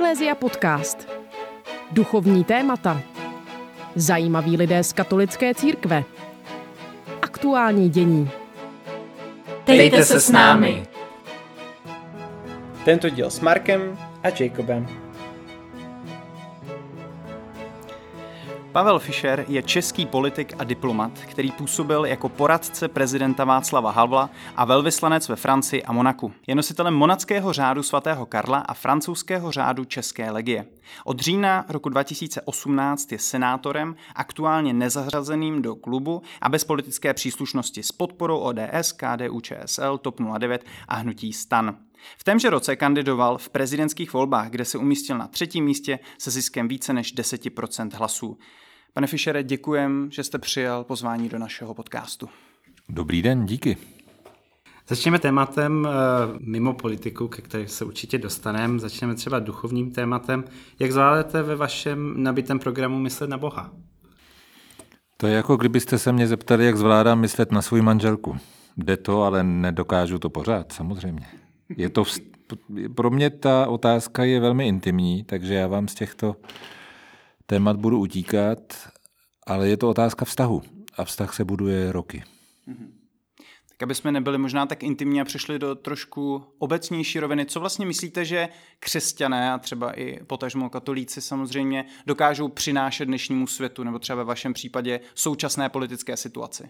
Eklézia podcast. Duchovní témata. Zajímaví lidé z katolické církve. Aktuální dění. Dejte se s námi. Tento díl s Markem a Jacobem. Pavel Fischer je český politik a diplomat, který působil jako poradce prezidenta Václava Havla a velvyslanec ve Francii a Monaku. Je nositelem monackého řádu svatého Karla a francouzského řádu České legie. Od října roku 2018 je senátorem, aktuálně nezařazeným do klubu a bez politické příslušnosti s podporou ODS, KDU-ČSL, TOP 09 a hnutí STAN. V témže roce kandidoval v prezidentských volbách, kde se umístil na 3. místě se ziskem více než 10% hlasů. Pane Fischere, děkujem, že jste přijal pozvání do našeho podcastu. Dobrý den, díky. Začněme tématem mimo politiku, ke které se určitě dostaneme. Začneme třeba duchovním tématem. Jak zvládáte ve vašem nabitém programu myslet na Boha? To je jako kdybyste se mě zeptali, jak zvládám myslet na svou manželku. Jde to, ale nedokážu to pořád, samozřejmě. Pro mě ta otázka je velmi intimní, takže já vám z těchto témat budu utíkat, ale je to otázka vztahu a vztah se buduje roky. Tak aby jsme nebyli možná tak intimní a přešli do trošku obecnější roviny, co vlastně myslíte, že křesťané a třeba i potažmo katolíci samozřejmě dokážou přinášet dnešnímu světu, nebo třeba ve vašem případě současné politické situaci?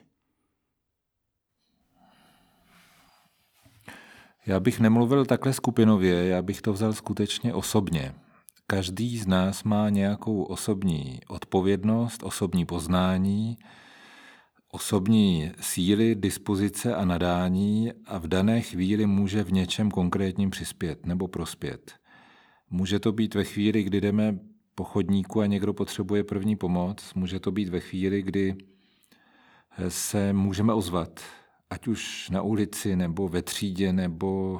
Já bych nemluvil takhle skupinově, já bych to vzal skutečně osobně. Každý z nás má nějakou osobní odpovědnost, osobní poznání, osobní síly, dispozice a nadání a v dané chvíli může v něčem konkrétním přispět nebo prospět. Může to být ve chvíli, kdy jdeme po chodníku a někdo potřebuje první pomoc, může to být ve chvíli, kdy se můžeme ozvat, ať už na ulici, nebo ve třídě, nebo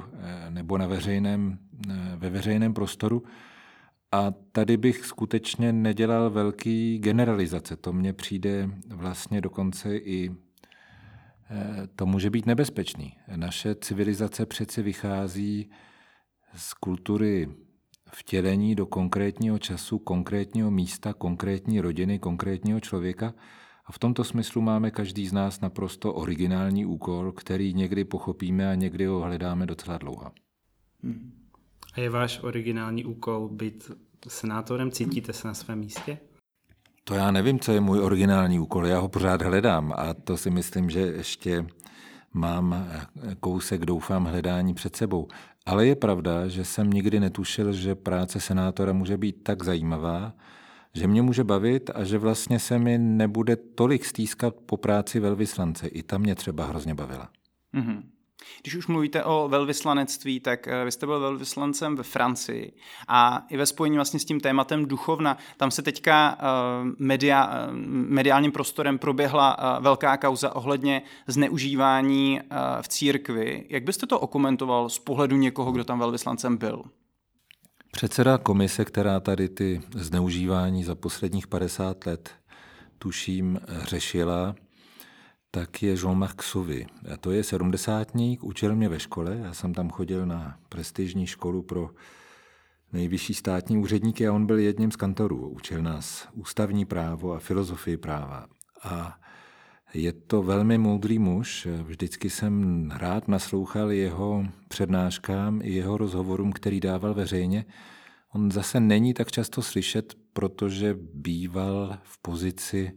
ve veřejném prostoru. A tady bych skutečně nedělal velký generalizace. To mně přijde vlastně dokonce i to může být nebezpečný. Naše civilizace přeci vychází z kultury vtělení do konkrétního času, konkrétního místa, konkrétní rodiny, konkrétního člověka. A v tomto smyslu máme každý z nás naprosto originální úkol, který někdy pochopíme a někdy ho hledáme docela dlouho. A je váš originální úkol být senátorem? Cítíte se na svém místě? To já nevím, co je můj originální úkol. Já ho pořád hledám a to si myslím, že ještě mám kousek, doufám, hledání před sebou. Ale je pravda, že jsem nikdy netušil, že práce senátora může být tak zajímavá, že mě může bavit a že vlastně se mi nebude tolik stýskat po práci velvyslance. I ta mě třeba hrozně bavila. Mm-hmm. Když už mluvíte o velvyslanectví, tak vy jste byl velvyslancem ve Francii a i ve spojení vlastně s tím tématem duchovna, tam se teďka mediálním prostorem proběhla velká kauza ohledně zneužívání v církvi. Jak byste to okomentoval z pohledu někoho, kdo tam velvyslancem byl? Předseda komise, která tady ty zneužívání za posledních 50 let, tuším, řešila, tak je Jean-Marc Sauvé. A to je 70ník, učil mě ve škole, já jsem tam chodil na prestižní školu pro nejvyšší státní úředníky a on byl jedním z kantorů. Učil nás ústavní právo a filozofii práva. A je to velmi moudrý muž, vždycky jsem rád naslouchal jeho přednáškám i jeho rozhovorům, který dával veřejně. On zase není tak často slyšet, protože býval v pozici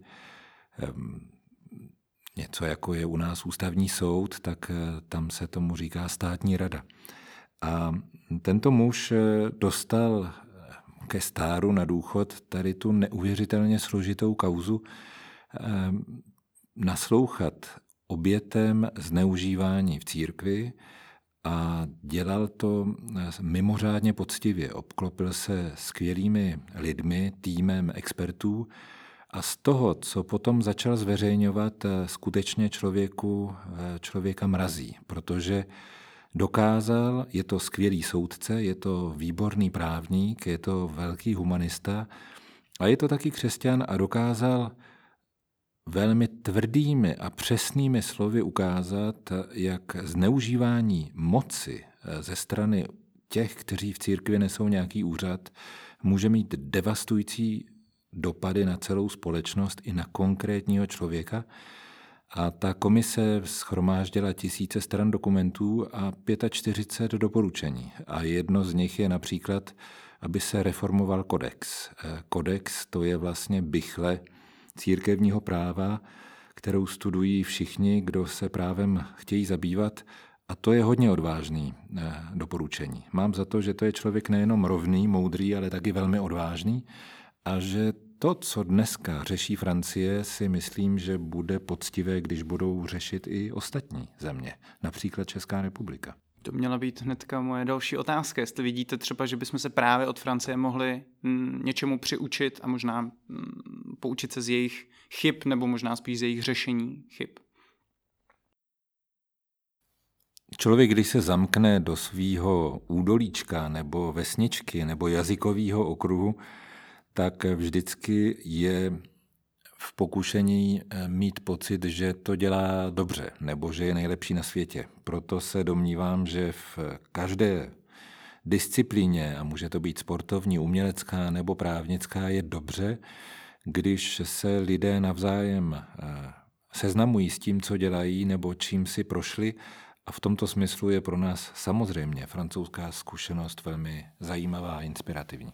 něco jako je u nás ústavní soud, tak tam se tomu říká státní rada. A tento muž dostal ke stáru na důchod tady tu neuvěřitelně složitou kauzu naslouchat obětem zneužívání v církvi a dělal to mimořádně poctivě. Obklopil se skvělými lidmi, týmem expertů a z toho, co potom začal zveřejňovat, skutečně člověka mrazí, protože dokázal, je to skvělý soudce, je to výborný právník, je to velký humanista a je to taky křesťan a dokázal velmi tvrdými a přesnými slovy ukázat, jak zneužívání moci ze strany těch, kteří v církvi nesou nějaký úřad, může mít devastující dopady na celou společnost i na konkrétního člověka. A ta komise shromáždila tisíce stran dokumentů a 45 doporučení. A jedno z nich je například, aby se reformoval kodex. Kodex to je vlastně bichle církevního práva, kterou studují všichni, kdo se právem chtějí zabývat. A to je hodně odvážný doporučení. Mám za to, že to je člověk nejenom rovný, moudrý, ale taky velmi odvážný a že to, co dneska řeší Francie, si myslím, že bude poctivé, když budou řešit i ostatní země, například Česká republika. To měla být hnedka moje další otázka. Jestli vidíte třeba, že bychom se právě od Francie mohli něčemu přiučit a možná poučit se z jejich chyb, nebo možná spíš z jejich řešení chyb. Člověk, když se zamkne do svýho údolíčka nebo vesničky nebo jazykového okruhu, tak vždycky je v pokušení mít pocit, že to dělá dobře nebo že je nejlepší na světě. Proto se domnívám, že v každé disciplíně, a může to být sportovní, umělecká nebo právnická, je dobře, když se lidé navzájem seznamují s tím, co dělají nebo čím si prošli. A v tomto smyslu je pro nás samozřejmě francouzská zkušenost velmi zajímavá a inspirativní.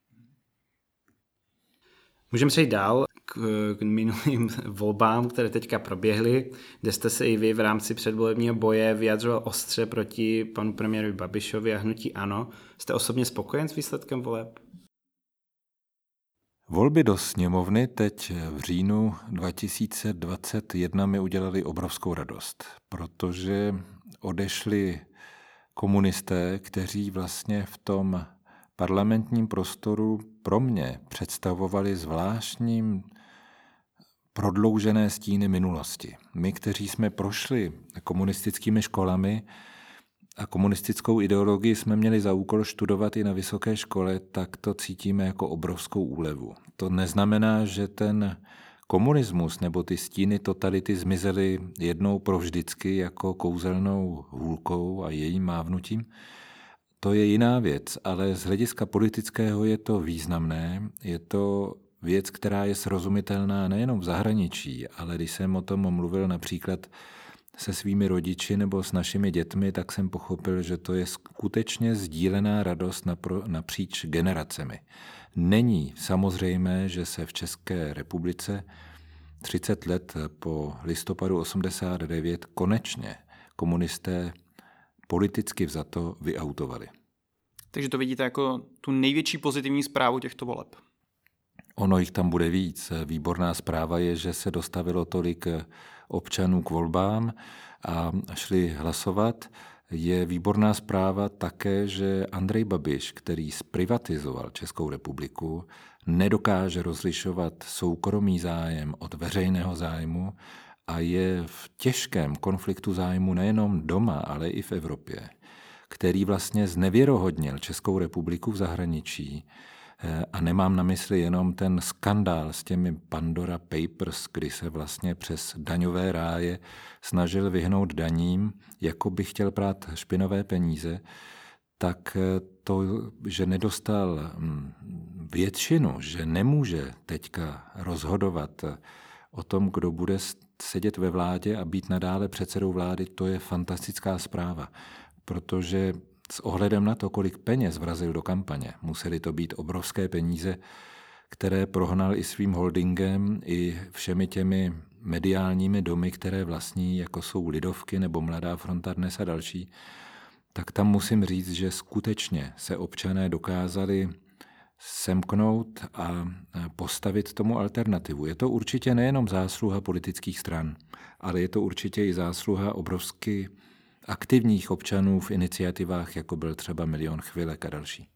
Můžeme přejít dál k minulým volbám, které teďka proběhly, kde jste se i vy v rámci předvolebního boje vyjadřoval ostře proti panu premiérovi Babišovi a hnutí ANO. Jste osobně spokojen s výsledkem voleb? Volby do sněmovny teď v říjnu 2021 mi udělali obrovskou radost, protože odešli komunisté, kteří vlastně v tom parlamentním prostoru pro mě představovali zvláštní prodloužené stíny minulosti. My, kteří jsme prošli komunistickými školami a komunistickou ideologii jsme měli za úkol studovat i na vysoké škole, tak to cítíme jako obrovskou úlevu. To neznamená, že ten komunismus nebo ty stíny totality zmizely jednou provždycky jako kouzelnou hůlkou a jejím mávnutím. To je jiná věc, ale z hlediska politického je to významné. Je to věc, která je srozumitelná nejenom v zahraničí, ale když jsem o tom mluvil například se svými rodiči nebo s našimi dětmi, tak jsem pochopil, že to je skutečně sdílená radost napříč generacemi. Není samozřejmé, že se v České republice 30 let po listopadu 89 konečně komunisté politicky vzato vyautovali. Takže to vidíte jako tu největší pozitivní zprávu těchto voleb. Ono jich tam bude víc. Výborná zpráva je, že se dostavilo tolik občanů k volbám a šli hlasovat. Je výborná zpráva také, že Andrej Babiš, který zprivatizoval Českou republiku, nedokáže rozlišovat soukromý zájem od veřejného zájmu a je v těžkém konfliktu zájmu nejenom doma, ale i v Evropě, který vlastně znevěrohodnil Českou republiku v zahraničí. A nemám na mysli jenom ten skandál s těmi Pandora Papers, kdy se vlastně přes daňové ráje snažil vyhnout daním, jako by chtěl prát špinavé peníze, tak to, že nedostal většinu, že nemůže teďka rozhodovat o tom, kdo bude sedět ve vládě a být nadále předsedou vlády, to je fantastická zpráva, protože s ohledem na to, kolik peněz vrazil do kampaně, museli to být obrovské peníze, které prohnal i svým holdingem, i všemi těmi mediálními domy, které vlastní, jako jsou Lidovky nebo Mladá fronta dnes a další, tak tam musím říct, že skutečně se občané dokázali semknout a postavit tomu alternativu. Je to určitě nejenom zásluha politických stran, ale je to určitě i zásluha obrovsky aktivních občanů v iniciativách, jako byl třeba Milion chvilek a další.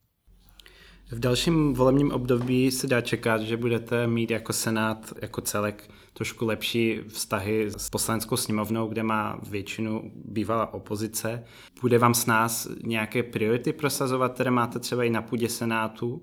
V dalším volebním období se dá čekat, že budete mít jako Senát, jako celek trošku lepší vztahy s Poslaneckou sněmovnou, kde má většinu bývalá opozice. Bude vám s nás nějaké priority prosazovat, které máte třeba i na půdě Senátu?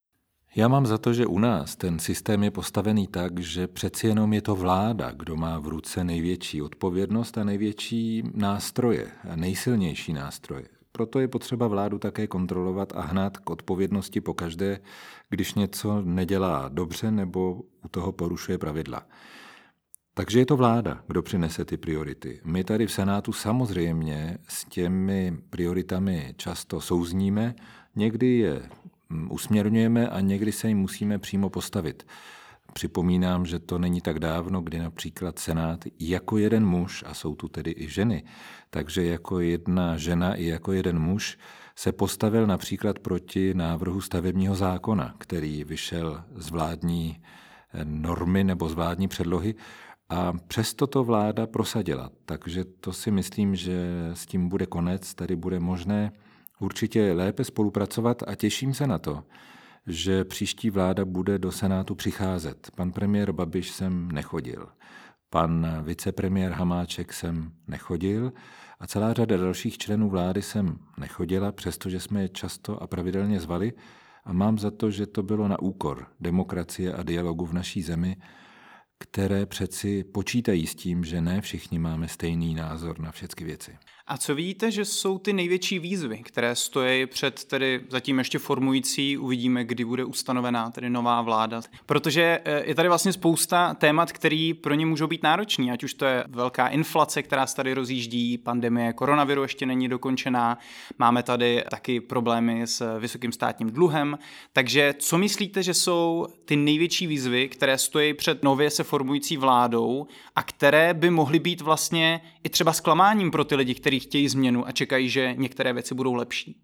Já mám za to, že u nás ten systém je postavený tak, že přeci jenom je to vláda, kdo má v ruce největší odpovědnost a největší nástroje, a nejsilnější nástroje. Proto je potřeba vládu také kontrolovat a hnát k odpovědnosti pokaždé, když něco nedělá dobře nebo u toho porušuje pravidla. Takže je to vláda, kdo přinese ty priority. My tady v Senátu samozřejmě s těmi prioritami často souzníme, někdy je usměrňujeme a někdy se jim musíme přímo postavit. Připomínám, že to není tak dávno, kdy například Senát jako jeden muž, a jsou tu tedy i ženy, takže jako jedna žena i jako jeden muž se postavil například proti návrhu stavebního zákona, který vyšel z vládní normy nebo z vládní předlohy, a přesto to vláda prosadila. Takže to si myslím, že s tím bude konec, tady bude možné určitě lépe spolupracovat a těším se na to, že příští vláda bude do Senátu přicházet. Pan premiér Babiš sem nechodil, pan vicepremiér Hamáček sem nechodil a celá řada dalších členů vlády sem nechodila, přestože jsme je často a pravidelně zvali a mám za to, že to bylo na úkor demokracie a dialogu v naší zemi, které přeci počítají s tím, že ne všichni máme stejný názor na všechny věci. A co vidíte, že jsou ty největší výzvy, které stojí před tedy zatím ještě formující, uvidíme, kdy bude ustanovená tedy nová vláda? Protože je tady vlastně spousta témat, které pro ně můžou být náročný, ať už to je velká inflace, která se tady rozjíždí, pandemie koronaviru ještě není dokončená, máme tady taky problémy s vysokým státním dluhem. Takže co myslíte, že jsou ty největší výzvy, které stojí před nově se formující vládou a které by mohly být vlastně i třeba zklamáním pro ty lidi, kteří chtějí změnu a čekají, že některé věci budou lepší?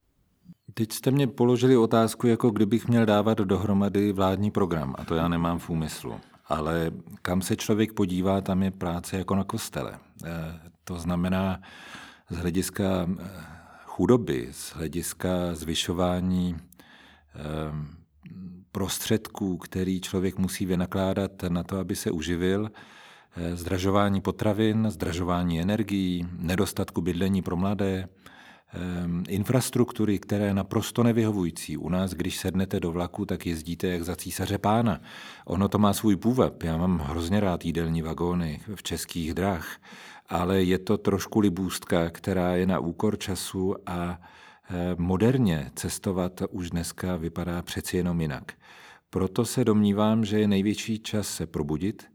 Teď jste mě položili otázku, jako kdybych měl dávat dohromady vládní program, a to já nemám v úmyslu. Ale kam se člověk podívá, tam je práce jako na kostele. To znamená z hlediska chudoby, z hlediska zvyšování prostředků, který člověk musí vynakládat na to, aby se uživil, zdražování potravin, zdražování energií, nedostatku bydlení pro mladé, infrastruktury, které je naprosto nevyhovující. U nás, když sednete do vlaku, tak jezdíte jak za císaře pána. Ono to má svůj půvab. Já mám hrozně rád jídelní vagóny v Českých drah, ale je to trošku libůstka, která je na úkor času a moderně cestovat už dneska vypadá přeci jenom jinak. Proto se domnívám, že je největší čas se probudit,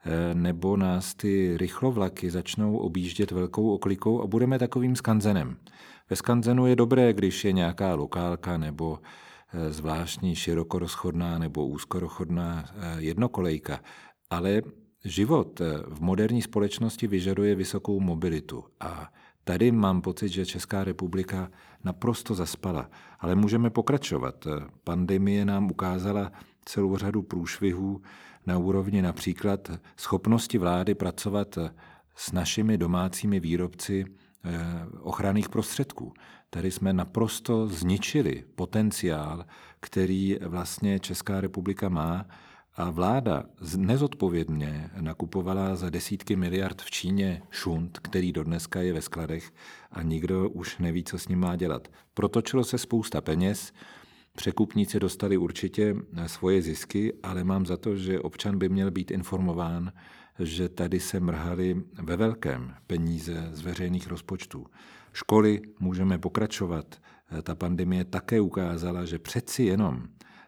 nebo nás ty rychlovlaky začnou objíždět velkou oklikou a budeme takovým skanzenem. Ve skanzenu je dobré, když je nějaká lokálka nebo zvláštní širokorozchodná nebo úzkorozchodná jednokolejka, ale život v moderní společnosti vyžaduje vysokou mobilitu a tady mám pocit, že Česká republika naprosto zaspala, ale můžeme pokračovat. Pandemie nám ukázala celou řadu průšvihů na úrovni například schopnosti vlády pracovat s našimi domácími výrobci ochranných prostředků. Tady jsme naprosto zničili potenciál, který vlastně Česká republika má a vláda nezodpovědně nakupovala za desítky miliard v Číně šunt, který dodneska je ve skladech a nikdo už neví, co s ním má dělat. Protočilo se spousta peněz, překupníci dostali určitě svoje zisky, ale mám za to, že občan by měl být informován, že tady se mrhaly ve velkém peníze z veřejných rozpočtů. Školy můžeme pokračovat. Ta pandemie také ukázala, že přeci jenom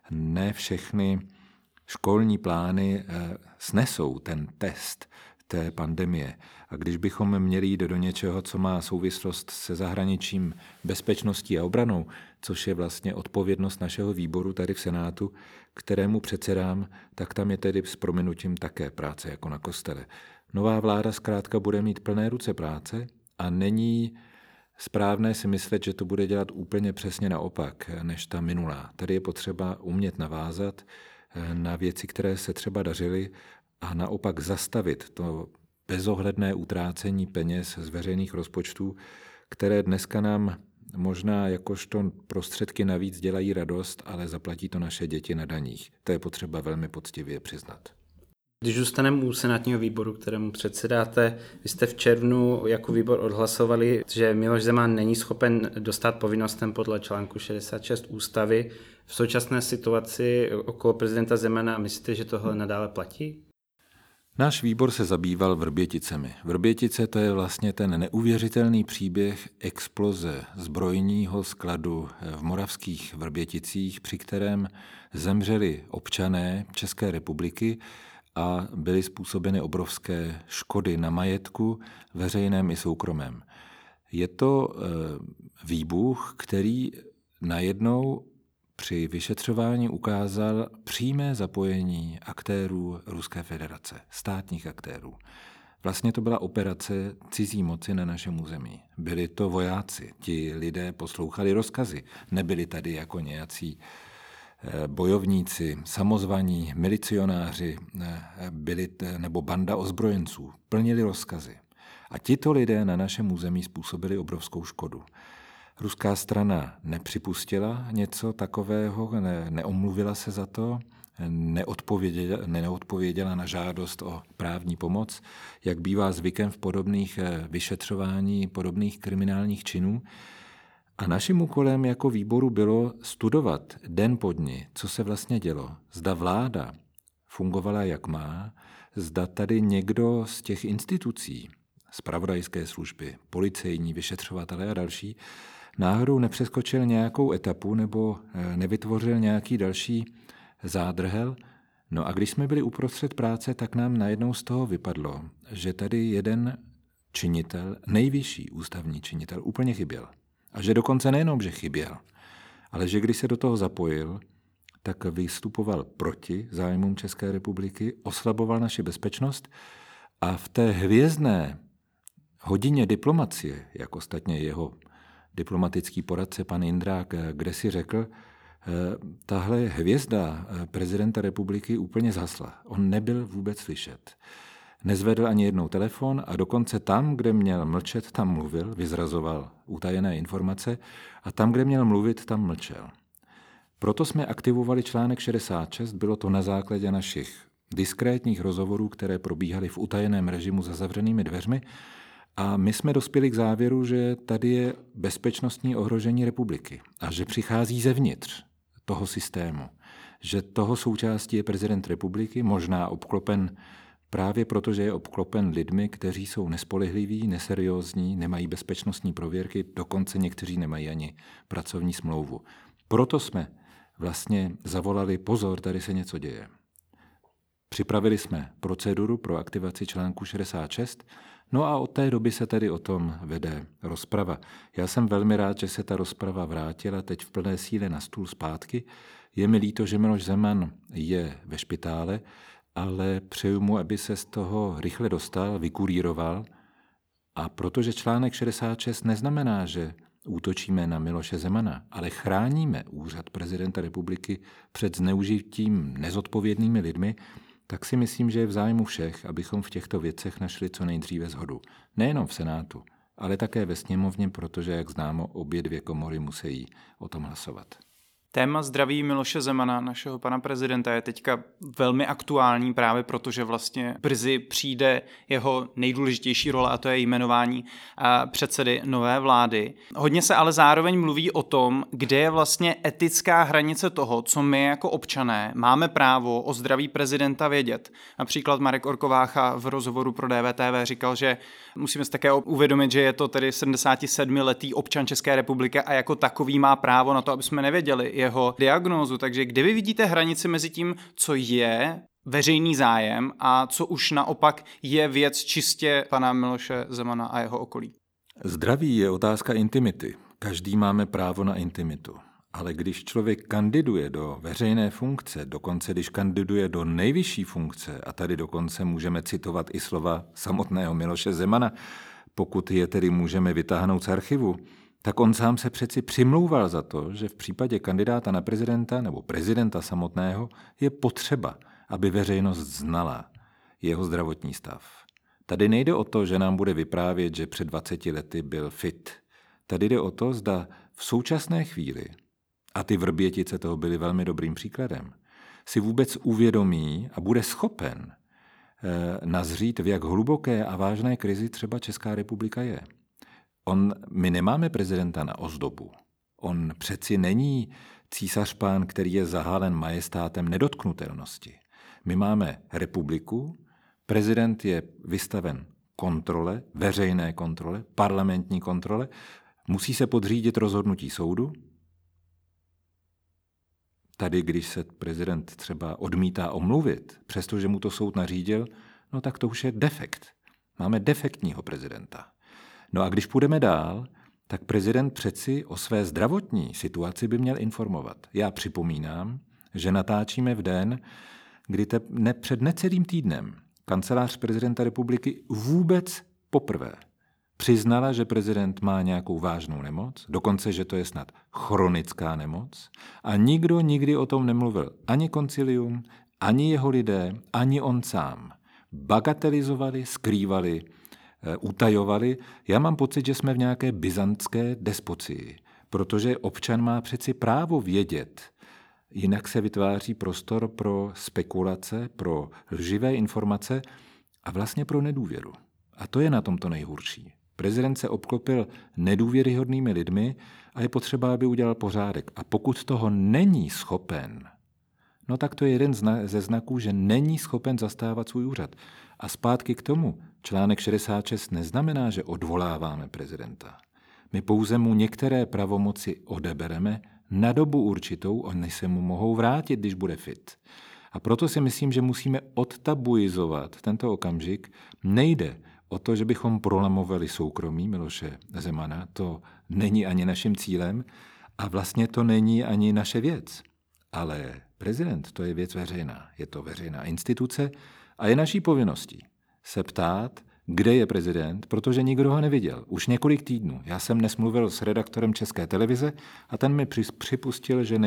ne všechny školní plány snesou ten test té pandemie. A když bychom měli jít do něčeho, co má souvislost se zahraničím, bezpečností a obranou, což je vlastně odpovědnost našeho výboru tady v Senátu, kterému předsedám, tak tam je tedy s prominutím také práce jako na kostele. Nová vláda zkrátka bude mít plné ruce práce a není správné si myslet, že to bude dělat úplně přesně naopak než ta minulá. Tady je potřeba umět navázat na věci, které se třeba dařily a naopak zastavit to bezohledné utrácení peněz z veřejných rozpočtů, které dneska nám možná jakožto prostředky navíc dělají radost, ale zaplatí to naše děti na daních. To je potřeba velmi poctivě přiznat. Když zůstaneme u senátního výboru, kterému předsedáte, vy jste v červnu jako výbor odhlasovali, že Miloš Zeman není schopen dostát povinnostem podle článku 66 ústavy. V současné situaci okolo prezidenta Zemana myslíte, že tohle nadále platí? Náš výbor se zabýval Vrběticemi. Vrbětice to je vlastně ten neuvěřitelný příběh exploze zbrojního skladu v moravských Vrběticích, při kterém zemřeli občané České republiky a byly způsobeny obrovské škody na majetku veřejném i soukromém. Je to výbuch, který najednou při vyšetřování ukázal přímé zapojení aktérů Ruské federace, státních aktérů. Vlastně to byla operace cizí moci na našem území. Byli to vojáci, ti lidé poslouchali rozkazy, nebyli tady jako nějací bojovníci, samozvaní, milicionáři, nebo banda ozbrojenců, plnili rozkazy. A tito lidé na našem území způsobili obrovskou škodu. Ruská strana nepřipustila něco takového, neomluvila se za to, neodpověděla na žádost o právní pomoc, jak bývá zvykem v podobných vyšetřování, podobných kriminálních činů. A naším úkolem jako výboru bylo studovat den po dni, co se vlastně dělo. Zda vláda fungovala jak má, zda tady někdo z těch institucí, zpravodajské služby, policejní, vyšetřovatelé a další, náhodou nepřeskočil nějakou etapu nebo nevytvořil nějaký další zádrhel. No a když jsme byli uprostřed práce, tak nám najednou z toho vypadlo, že tady jeden činitel, nejvyšší ústavní činitel, úplně chyběl. A že dokonce nejenom, že chyběl, ale že když se do toho zapojil, tak vystupoval proti zájmům České republiky, oslaboval naši bezpečnost a v té hvězdné hodině diplomacie, jak ostatně jeho diplomatický poradce pan Indrák, kde si řekl, tahle hvězda prezidenta republiky úplně zhasla. On nebyl vůbec slyšet. Nezvedl ani jednou telefon a dokonce tam, kde měl mlčet, tam mluvil, vyzrazoval utajené informace a tam, kde měl mluvit, tam mlčel. Proto jsme aktivovali článek 66, bylo to na základě našich diskrétních rozhovorů, které probíhaly v utajeném režimu za zavřenými dveřmi a my jsme dospěli k závěru, že tady je bezpečnostní ohrožení republiky a že přichází zevnitř toho systému, že toho součástí je prezident republiky, možná obklopen právě proto, že je obklopen lidmi, kteří jsou nespolehliví, neseriózní, nemají bezpečnostní prověrky, dokonce někteří nemají ani pracovní smlouvu. Proto jsme vlastně zavolali pozor, tady se něco děje. Připravili jsme proceduru pro aktivaci článku 66, no a od té doby se tedy o tom vede rozprava. Já jsem velmi rád, že se ta rozprava vrátila teď v plné síle na stůl zpátky. Je mi líto, že Miloš Zeman je ve špitále, ale přeju mu, aby se z toho rychle dostal, vykuríroval. A protože článek 66 neznamená, že útočíme na Miloše Zemana, ale chráníme úřad prezidenta republiky před zneužitím nezodpovědnými lidmi, tak si myslím, že je v zájmu všech, abychom v těchto věcech našli co nejdříve shodu. Nejenom v Senátu, ale také ve sněmovně, protože, jak známo, obě dvě komory musí o tom hlasovat. Téma zdraví Miloše Zemana, našeho pana prezidenta, je teďka velmi aktuální právě proto, že vlastně brzy přijde jeho nejdůležitější role a to je jmenování předsedy nové vlády. Hodně se ale zároveň mluví o tom, kde je vlastně etická hranice toho, co my jako občané máme právo o zdraví prezidenta vědět. Například Marek Orkovácha v rozhovoru pro DVTV říkal, že musíme si také uvědomit, že je to tedy 77letý občan České republiky a jako takový má právo na to, aby jsme nevěděli jeho diagnózu. Takže kde vy vidíte hranici mezi tím, co je veřejný zájem a co už naopak je věc čistě pana Miloše Zemana a jeho okolí? Zdraví je otázka intimity. Každý máme právo na intimitu. Ale když člověk kandiduje do veřejné funkce, dokonce když kandiduje do nejvyšší funkce, a tady dokonce můžeme citovat i slova samotného Miloše Zemana, pokud je tedy můžeme vytáhnout z archivu, tak on sám se přeci přimlouval za to, že v případě kandidáta na prezidenta nebo prezidenta samotného je potřeba, aby veřejnost znala jeho zdravotní stav. Tady nejde o to, že nám bude vyprávět, že před 20 lety byl fit. Tady jde o to, zda v současné chvíli, a ty Vrbětice toho byly velmi dobrým příkladem, si vůbec uvědomí a bude schopen nazřít, v jak hluboké a vážné krizi třeba Česká republika je. My nemáme prezidenta na ozdobu. On přeci není císař pán, který je zahálen majestátem nedotknutelnosti. My máme republiku, prezident je vystaven kontrole, veřejné kontrole, parlamentní kontrole, musí se podřídit rozhodnutí soudu. Tady, když se prezident třeba odmítá omluvit, přestože mu to soud nařídil, no tak to už je defekt. Máme defektního prezidenta. No a když půjdeme dál, tak prezident přeci o své zdravotní situaci by měl informovat. Já připomínám, že natáčíme v den, kdy před necelým týdnem kancelář prezidenta republiky vůbec poprvé přiznala, že prezident má nějakou vážnou nemoc, dokonce, že to je snad chronická nemoc, a nikdo nikdy o tom nemluvil. Ani koncilium, ani jeho lidé, ani on sám. Bagatelizovali, skrývali, utajovali. Já mám pocit, že jsme v nějaké byzantské despocii, protože občan má přeci právo vědět, jinak se vytváří prostor pro spekulace, pro lživé informace a vlastně pro nedůvěru. A to je na tomto nejhorší. Prezident se obklopil nedůvěryhodnými lidmi a je potřeba, aby udělal pořádek. A pokud toho není schopen, no tak to je jeden ze znaků, že není schopen zastávat svůj úřad. A zpátky k tomu, článek 66 neznamená, že odvoláváme prezidenta. My pouze mu některé pravomoci odebereme na dobu určitou, oni se mu mohou vrátit, když bude fit. A proto si myslím, že musíme odtabuizovat tento okamžik. Nejde o to, že bychom prolamovali soukromí Miloše Zemana, to není ani naším cílem a vlastně to není ani naše věc. Ale prezident, to je věc veřejná, je to veřejná instituce a je naší povinností se ptát, kde je prezident, protože nikdo ho neviděl. Už několik týdnů. Já jsem dnes mluvil s redaktorem České televize a ten mi připustil, že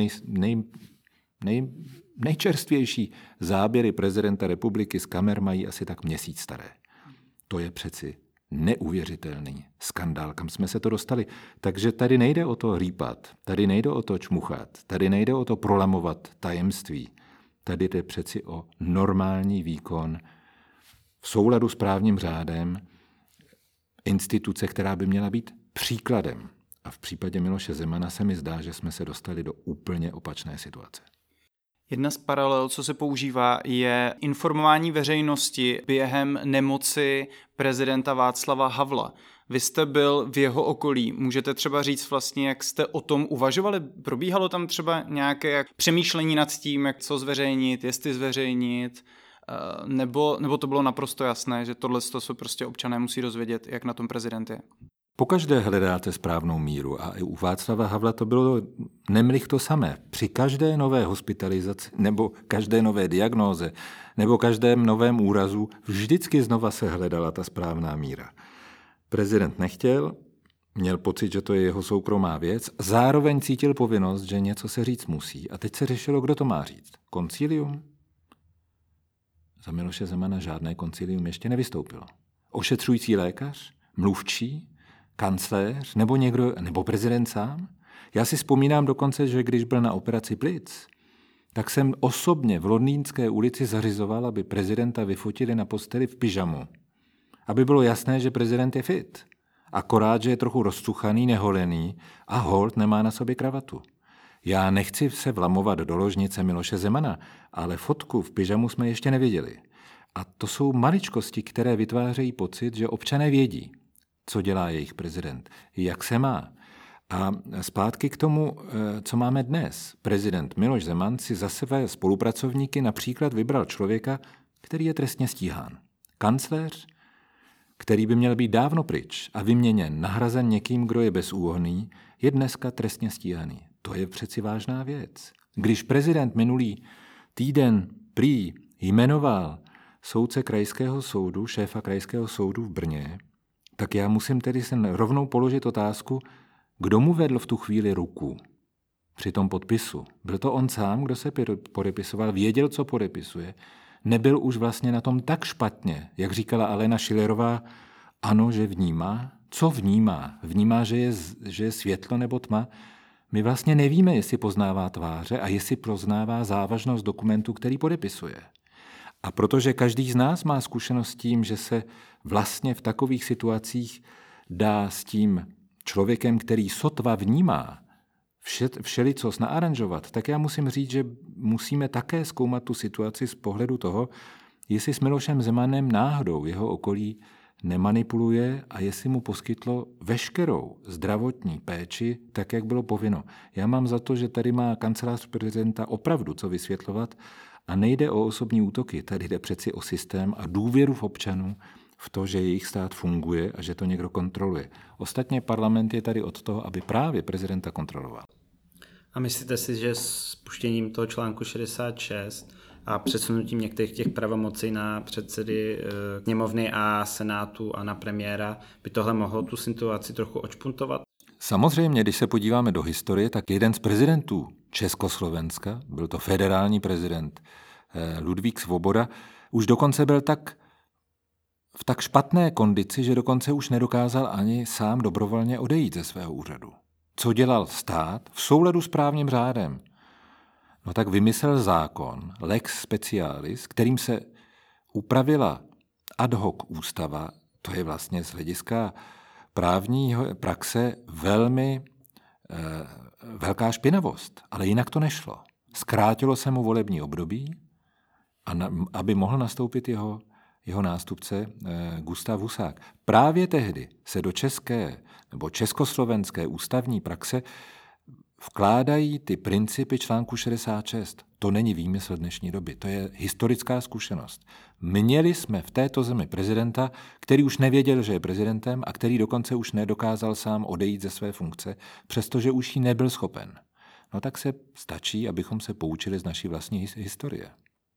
nejčerstvější záběry prezidenta republiky z kamer mají asi tak měsíc staré. To je přeci neuvěřitelný skandál, kam jsme se to dostali. Takže tady nejde o to rýpat, tady nejde o to čmuchat, tady nejde o to prolamovat tajemství. Tady jde přeci o normální výkon v souladu s právním řádem instituce, která by měla být příkladem. A v případě Miloše Zemana se mi zdá, že jsme se dostali do úplně opačné situace. Jedna z paralel, co se používá, je informování veřejnosti během nemoci prezidenta Václava Havla. Vy jste byl v jeho okolí. Můžete třeba říct vlastně, jak jste o tom uvažovali? Probíhalo tam třeba nějaké přemýšlení nad tím, jak co zveřejnit, jestli zveřejnit? Nebo to bylo naprosto jasné, že tohle se prostě občané musí dozvědět, jak na tom prezident je? Pokaždé hledáte správnou míru a i u Václava Havla to bylo nemlich to samé. Při každé nové hospitalizaci nebo každé nové diagnóze nebo každém novém úrazu vždycky znova se hledala ta správná míra. Prezident nechtěl, měl pocit, že to je jeho soukromá věc, zároveň cítil povinnost, že něco se říct musí. A teď se řešilo, kdo to má říct. Koncilium? Za Miloše Zemana žádné koncilium ještě nevystoupilo. Ošetřující lékař? Mluvčí? Kancléř? Nebo někdo? Nebo prezident sám? Já si vzpomínám dokonce, že když byl na operaci plic, tak jsem osobně v Londýnské ulici zařizoval, aby prezidenta vyfotili na posteli v pyžamu. Aby bylo jasné, že prezident je fit. Akorát, že je trochu rozcuchaný, neholený a holt nemá na sobě kravatu. Já nechci se vlamovat do ložnice Miloše Zemana, ale fotku v pyžamu jsme ještě neviděli. A to jsou maličkosti, které vytvářejí pocit, že občané vědí, co dělá jejich prezident, jak se má. A zpátky k tomu, co máme dnes. Prezident Miloš Zeman si za své spolupracovníky například vybral člověka, který je trestně stíhán. Kancléř, který by měl být dávno pryč a vyměněn, nahrazen někým, kdo je bezúhonný, je dneska trestně stíhaný. To je přeci vážná věc. Když prezident minulý týden prý jmenoval soudce krajského soudu, šéfa krajského soudu v Brně, tak já musím tedy se rovnou položit otázku, kdo mu vedl v tu chvíli ruku při tom podpisu. Byl to on sám, kdo se podepisoval, věděl, co podepisuje. Nebyl už vlastně na tom tak špatně, jak říkala Alena Schillerová, ano, že vnímá. Co vnímá? Vnímá, že je světlo nebo tma? My vlastně nevíme, jestli poznává tváře a jestli poznává závažnost dokumentu, který podepisuje. A protože každý z nás má zkušenost s tím, že se vlastně v takových situacích dá s tím člověkem, který sotva vnímá, všelicos naaranžovat, tak já musím říct, že musíme také zkoumat tu situaci z pohledu toho, jestli s Milošem Zemanem náhodou jeho okolí nemanipuluje a jestli mu poskytlo veškerou zdravotní péči, tak, jak bylo povinno. Já mám za to, že tady má kancelář prezidenta opravdu co vysvětlovat a nejde o osobní útoky, tady jde přeci o systém a důvěru v občanů v to, že jejich stát funguje a že to někdo kontroluje. Ostatně parlament je tady od toho, aby právě prezidenta kontroloval. A myslíte si, že s spuštěním toho článku 66 a přesunutím některých těch pravomocí na předsedy sněmovny a senátu a na premiéra by tohle mohlo tu situaci trochu odšpuntovat? Samozřejmě, když se podíváme do historie, tak jeden z prezidentů Československa, byl to federální prezident Ludvík Svoboda, už dokonce byl v tak špatné kondici, že dokonce už nedokázal ani sám dobrovolně odejít ze svého úřadu. Co dělal stát v souladu s právním řádem? No tak vymyslel zákon lex specialis, kterým se upravila ad hoc ústava. To je vlastně z hlediska právní praxe velmi velká špinavost, ale jinak to nešlo. Zkrátilo se mu volební období, aby mohl nastoupit jeho nástupce Gustav Husák. Právě tehdy se do české nebo československé ústavní praxe vkládají ty principy článku 66. To není výmysl dnešní doby, to je historická zkušenost. Měli jsme v této zemi prezidenta, který už nevěděl, že je prezidentem a který dokonce už nedokázal sám odejít ze své funkce, přestože už jí nebyl schopen. No tak se stačí, abychom se poučili z naší vlastní historie.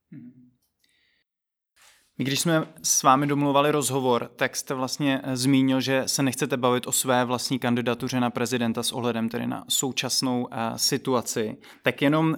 My, když jsme s vámi domluvali rozhovor, tak jste vlastně zmínil, že se nechcete bavit o své vlastní kandidatuře na prezidenta s ohledem tedy na současnou situaci. Tak jenom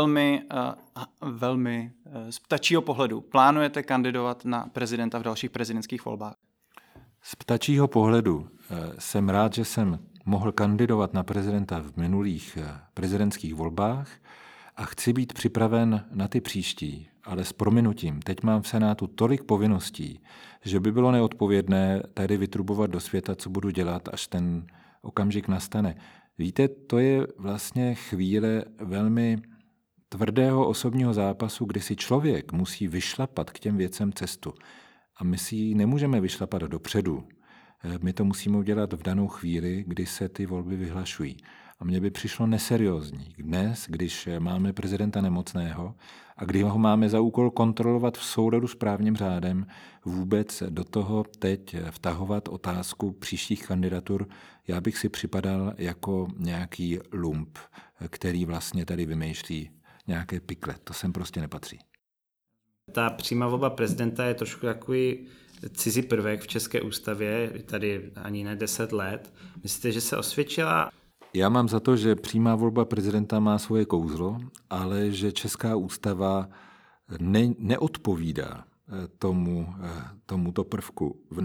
velmi z ptačího pohledu, plánujete kandidovat na prezidenta v dalších prezidentských volbách? Z ptačího pohledu jsem rád, že jsem mohl kandidovat na prezidenta v minulých prezidentských volbách a chci být připraven na ty příští, ale s prominutím. Teď mám v Senátu tolik povinností, že by bylo neodpovědné tady vytrubovat do světa, co budu dělat, až ten okamžik nastane. Víte, to je vlastně chvíle velmi tvrdého osobního zápasu, kdy si člověk musí vyšlapat k těm věcem cestu. A my si ji nemůžeme vyšlapat dopředu. My to musíme udělat v danou chvíli, kdy se ty volby vyhlašují. A mně by přišlo neseriózní dnes, když máme prezidenta nemocného a kdy ho máme za úkol kontrolovat v souladu s právním řádem, vůbec do toho teď vtahovat otázku příštích kandidatur. Já bych si připadal jako nějaký lump, který vlastně tady vymýšlí nějaké pikle. To sem prostě nepatří. Ta přímá volba prezidenta je trošku takový cizí prvek v české ústavě, tady ani ne 10 let. Myslíte, že se osvědčila? Já mám za to, že přímá volba prezidenta má svoje kouzlo, ale že česká ústava neodpovídá tomuto prvku v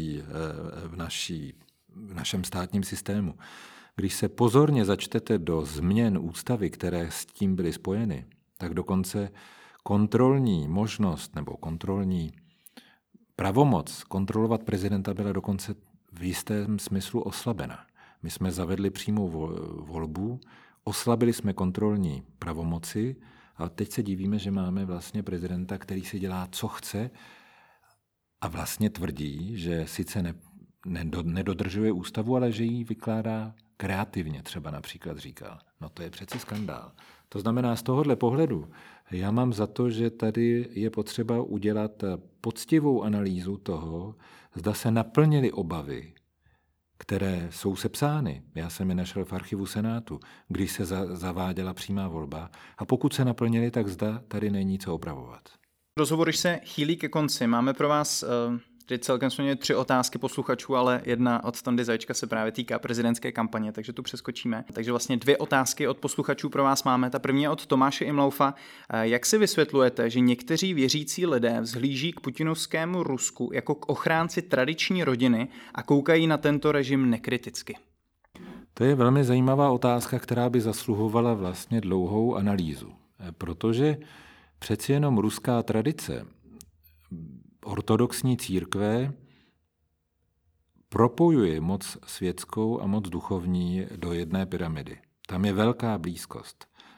našem státním systému. Když se pozorně začtete do změn ústavy, které s tím byly spojeny, tak dokonce kontrolní možnost nebo kontrolní pravomoc kontrolovat prezidenta byla dokonce v jistém smyslu oslabena. My jsme zavedli přímou volbu, oslabili jsme kontrolní pravomoci a teď se divíme, že máme vlastně prezidenta, který si dělá, co chce a vlastně tvrdí, že sice nedodržuje ústavu, ale že ji vykládá kreativně, třeba například říkal. No to je přeci skandál. To znamená, z tohohle pohledu já mám za to, že tady je potřeba udělat poctivou analýzu toho, zda se naplnily obavy, které jsou sepsány. Já jsem je našel v archivu Senátu, když se zaváděla přímá volba. A pokud se naplnily, tak zda tady není co opravovat. Rozhovor se chýlí ke konci. Máme pro vás teď celkem jsme měli 3 otázky posluchačů, ale jedna od Tondy Zajíčka se právě týká prezidentské kampaně, takže tu přeskočíme. Takže vlastně 2 otázky od posluchačů pro vás máme. Ta první je od Tomáše Imlaufa. Jak si vysvětlujete, že někteří věřící lidé vzhlíží k putinovskému Rusku jako k ochránci tradiční rodiny a koukají na tento režim nekriticky? To je velmi zajímavá otázka, která by zasluhovala vlastně dlouhou analýzu, protože přeci jenom ruská tradice ortodoxní církve propojuje moc světskou a moc duchovní do jedné pyramidy. Tam je velká blízkost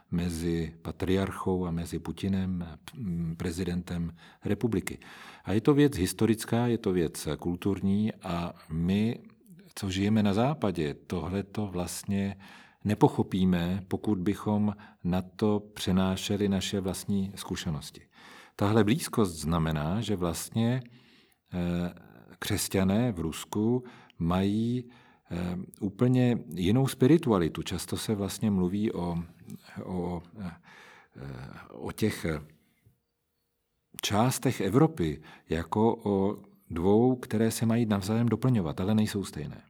mezi patriarchou a mezi Putinem, prezidentem republiky. A je to věc historická, je to věc kulturní a my, co žijeme na západě, tohleto vlastně nepochopíme, pokud bychom na to přenášeli naše vlastní zkušenosti. Tahle blízkost znamená, že vlastně křesťané v Rusku mají úplně jinou spiritualitu. Často se vlastně mluví o těch částech Evropy jako o dvou, které se mají navzájem doplňovat, ale nejsou stejné.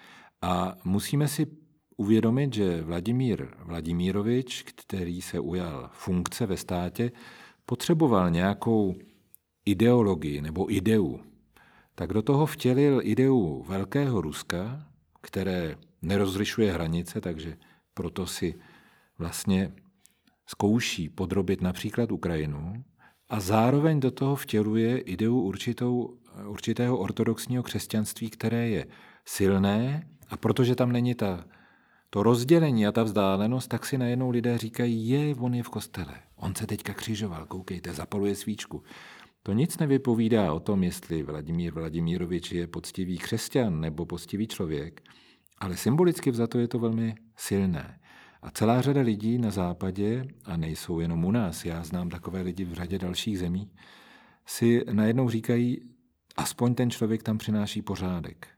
A musíme si uvědomit, že Vladimír Vladimirovič, který se ujal funkce ve státě, potřeboval nějakou ideologii nebo ideu. Tak do toho vtělil ideu Velkého Ruska, které nerozlišuje hranice, takže proto si vlastně zkouší podrobit například Ukrajinu a zároveň do toho vtěluje ideu určitého ortodoxního křesťanství, které je silné a protože tam není to rozdělení a ta vzdálenost, tak si najednou lidé říkají, on je v kostele, on se teďka křižoval, koukejte, zapaluje svíčku. To nic nevypovídá o tom, jestli Vladimír Vladimirovič je poctivý křesťan nebo poctivý člověk, ale symbolicky vzato je to velmi silné. A celá řada lidí na západě, a nejsou jenom u nás, já znám takové lidi v řadě dalších zemí, si najednou říkají, aspoň ten člověk tam přináší pořádek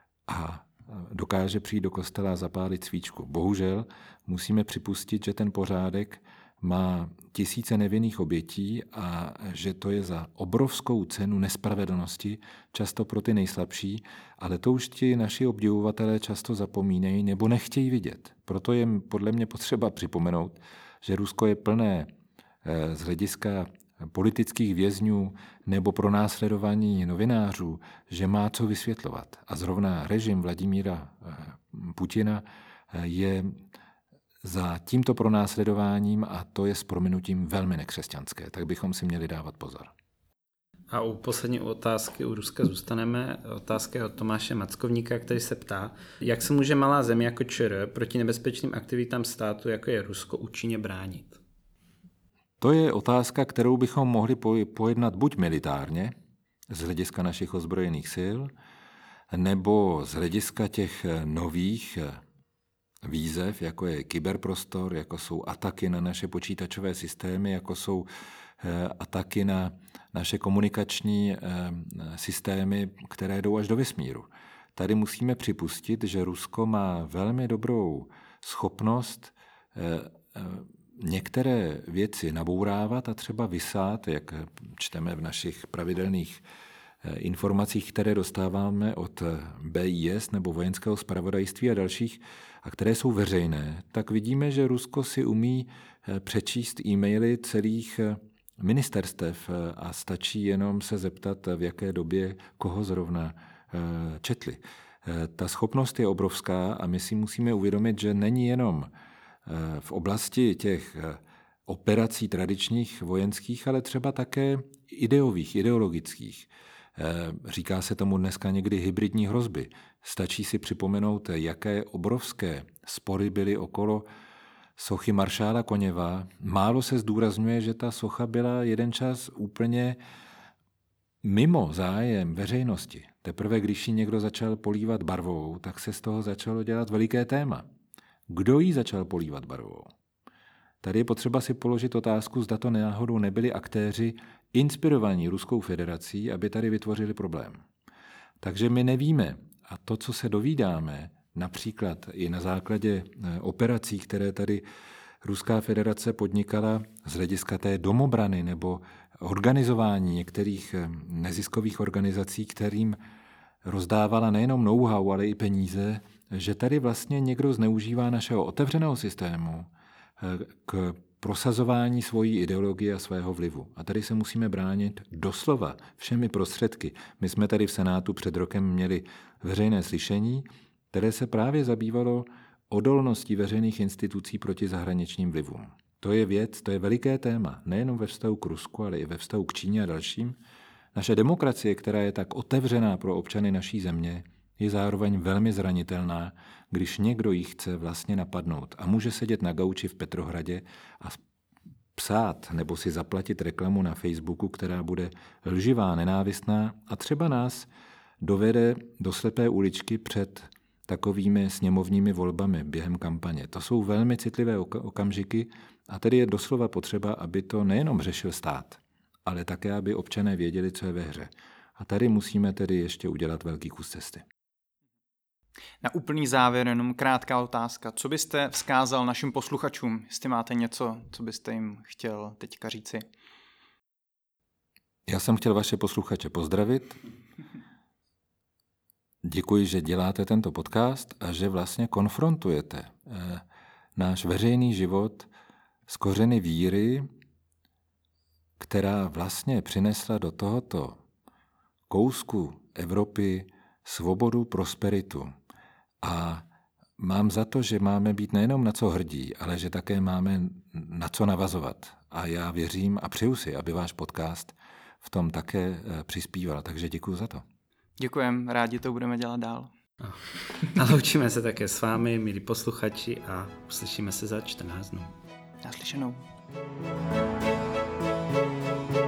a dokáže přijít do kostela a zapálit svíčku. Bohužel musíme připustit, že ten pořádek má tisíce nevinných obětí a že to je za obrovskou cenu nespravedlnosti, často pro ty nejslabší, ale to už ti naši obdivovatelé často zapomínají nebo nechtějí vidět. Proto je podle mě potřeba připomenout, že Rusko je plné z hlediska politických vězňů nebo pronásledování novinářů, že má co vysvětlovat. A zrovna režim Vladimíra Putina je za tímto pronásledováním a to je s prominutím velmi nekřesťanské, tak bychom si měli dávat pozor. A u poslední otázky u Ruska zůstaneme. Otázka od Tomáše Mackovníka, který se ptá, jak se může malá země jako ČR proti nebezpečným aktivitám státu, jako je Rusko, účinně bránit? To je otázka, kterou bychom mohli pojednat buď militárně, z hlediska našich ozbrojených sil, nebo z hlediska těch nových výzev, jako je kyberprostor, jako jsou ataky na naše počítačové systémy, jako jsou ataky na naše komunikační systémy, které jdou až do vesmíru. Tady musíme připustit, že Rusko má velmi dobrou schopnost některé věci nabourávat a třeba vysát, jak čteme v našich pravidelných informacích, které dostáváme od BIS nebo vojenského zpravodajství a dalších, a které jsou veřejné, tak vidíme, že Rusko si umí přečíst e-maily celých ministerstev a stačí jenom se zeptat, v jaké době koho zrovna četli. Ta schopnost je obrovská a my si musíme uvědomit, že není jenom v oblasti těch operací tradičních vojenských, ale třeba také ideologických. Říká se tomu dneska někdy hybridní hrozby. Stačí si připomenout, jaké obrovské spory byly okolo sochy maršála Koněva. Málo se zdůrazňuje, že ta socha byla jeden čas úplně mimo zájem veřejnosti. Teprve, když ji někdo začal polívat barvou, tak se z toho začalo dělat veliké téma. Kdo ji začal polívat barvou? Tady je potřeba si položit otázku, zda to náhodou nebyli aktéři inspirovaní Ruskou federací, aby tady vytvořili problém. Takže my nevíme, a to, co se dovídáme, například i na základě operací, které tady Ruská federace podnikala z hlediska té domobrany nebo organizování některých neziskových organizací, kterým rozdávala nejenom know-how, ale i peníze, že tady vlastně někdo zneužívá našeho otevřeného systému k prosazování svojí ideologie a svého vlivu. A tady se musíme bránit doslova všemi prostředky. My jsme tady v Senátu před rokem měli veřejné slyšení, které se právě zabývalo odolností veřejných institucí proti zahraničním vlivům. To je věc, to je veliké téma, nejenom ve vztahu k Rusku, ale i ve vztahu k Číně a dalším. Naše demokracie, která je tak otevřená pro občany naší země, je zároveň velmi zranitelná, když někdo ji chce vlastně napadnout a může sedět na gauči v Petrohradě a psát nebo si zaplatit reklamu na Facebooku, která bude lživá, nenávistná a třeba nás dovede do slepé uličky před takovými sněmovními volbami během kampaně. To jsou velmi citlivé okamžiky a tedy je doslova potřeba, aby to nejenom řešil stát, ale také, aby občané věděli, co je ve hře. A tady musíme tedy ještě udělat velký kus cesty. Na úplný závěr jenom krátká otázka. Co byste vzkázal našim posluchačům, jestli máte něco, co byste jim chtěl teďka říci? Já jsem chtěl vaše posluchače pozdravit. Děkuji, že děláte tento podcast a že vlastně konfrontujete náš veřejný život s kořeny víry, která vlastně přinesla do tohoto kousku Evropy svobodu, prosperitu. A mám za to, že máme být nejenom na co hrdí, ale že také máme na co navazovat. A já věřím a přeju si, aby váš podcast v tom také přispíval. Takže děkuji za to. Děkujem, rádi to budeme dělat dál. A loučíme se také s vámi, milí posluchači, a uslyšíme se za 14 dnů. Naslyšenou.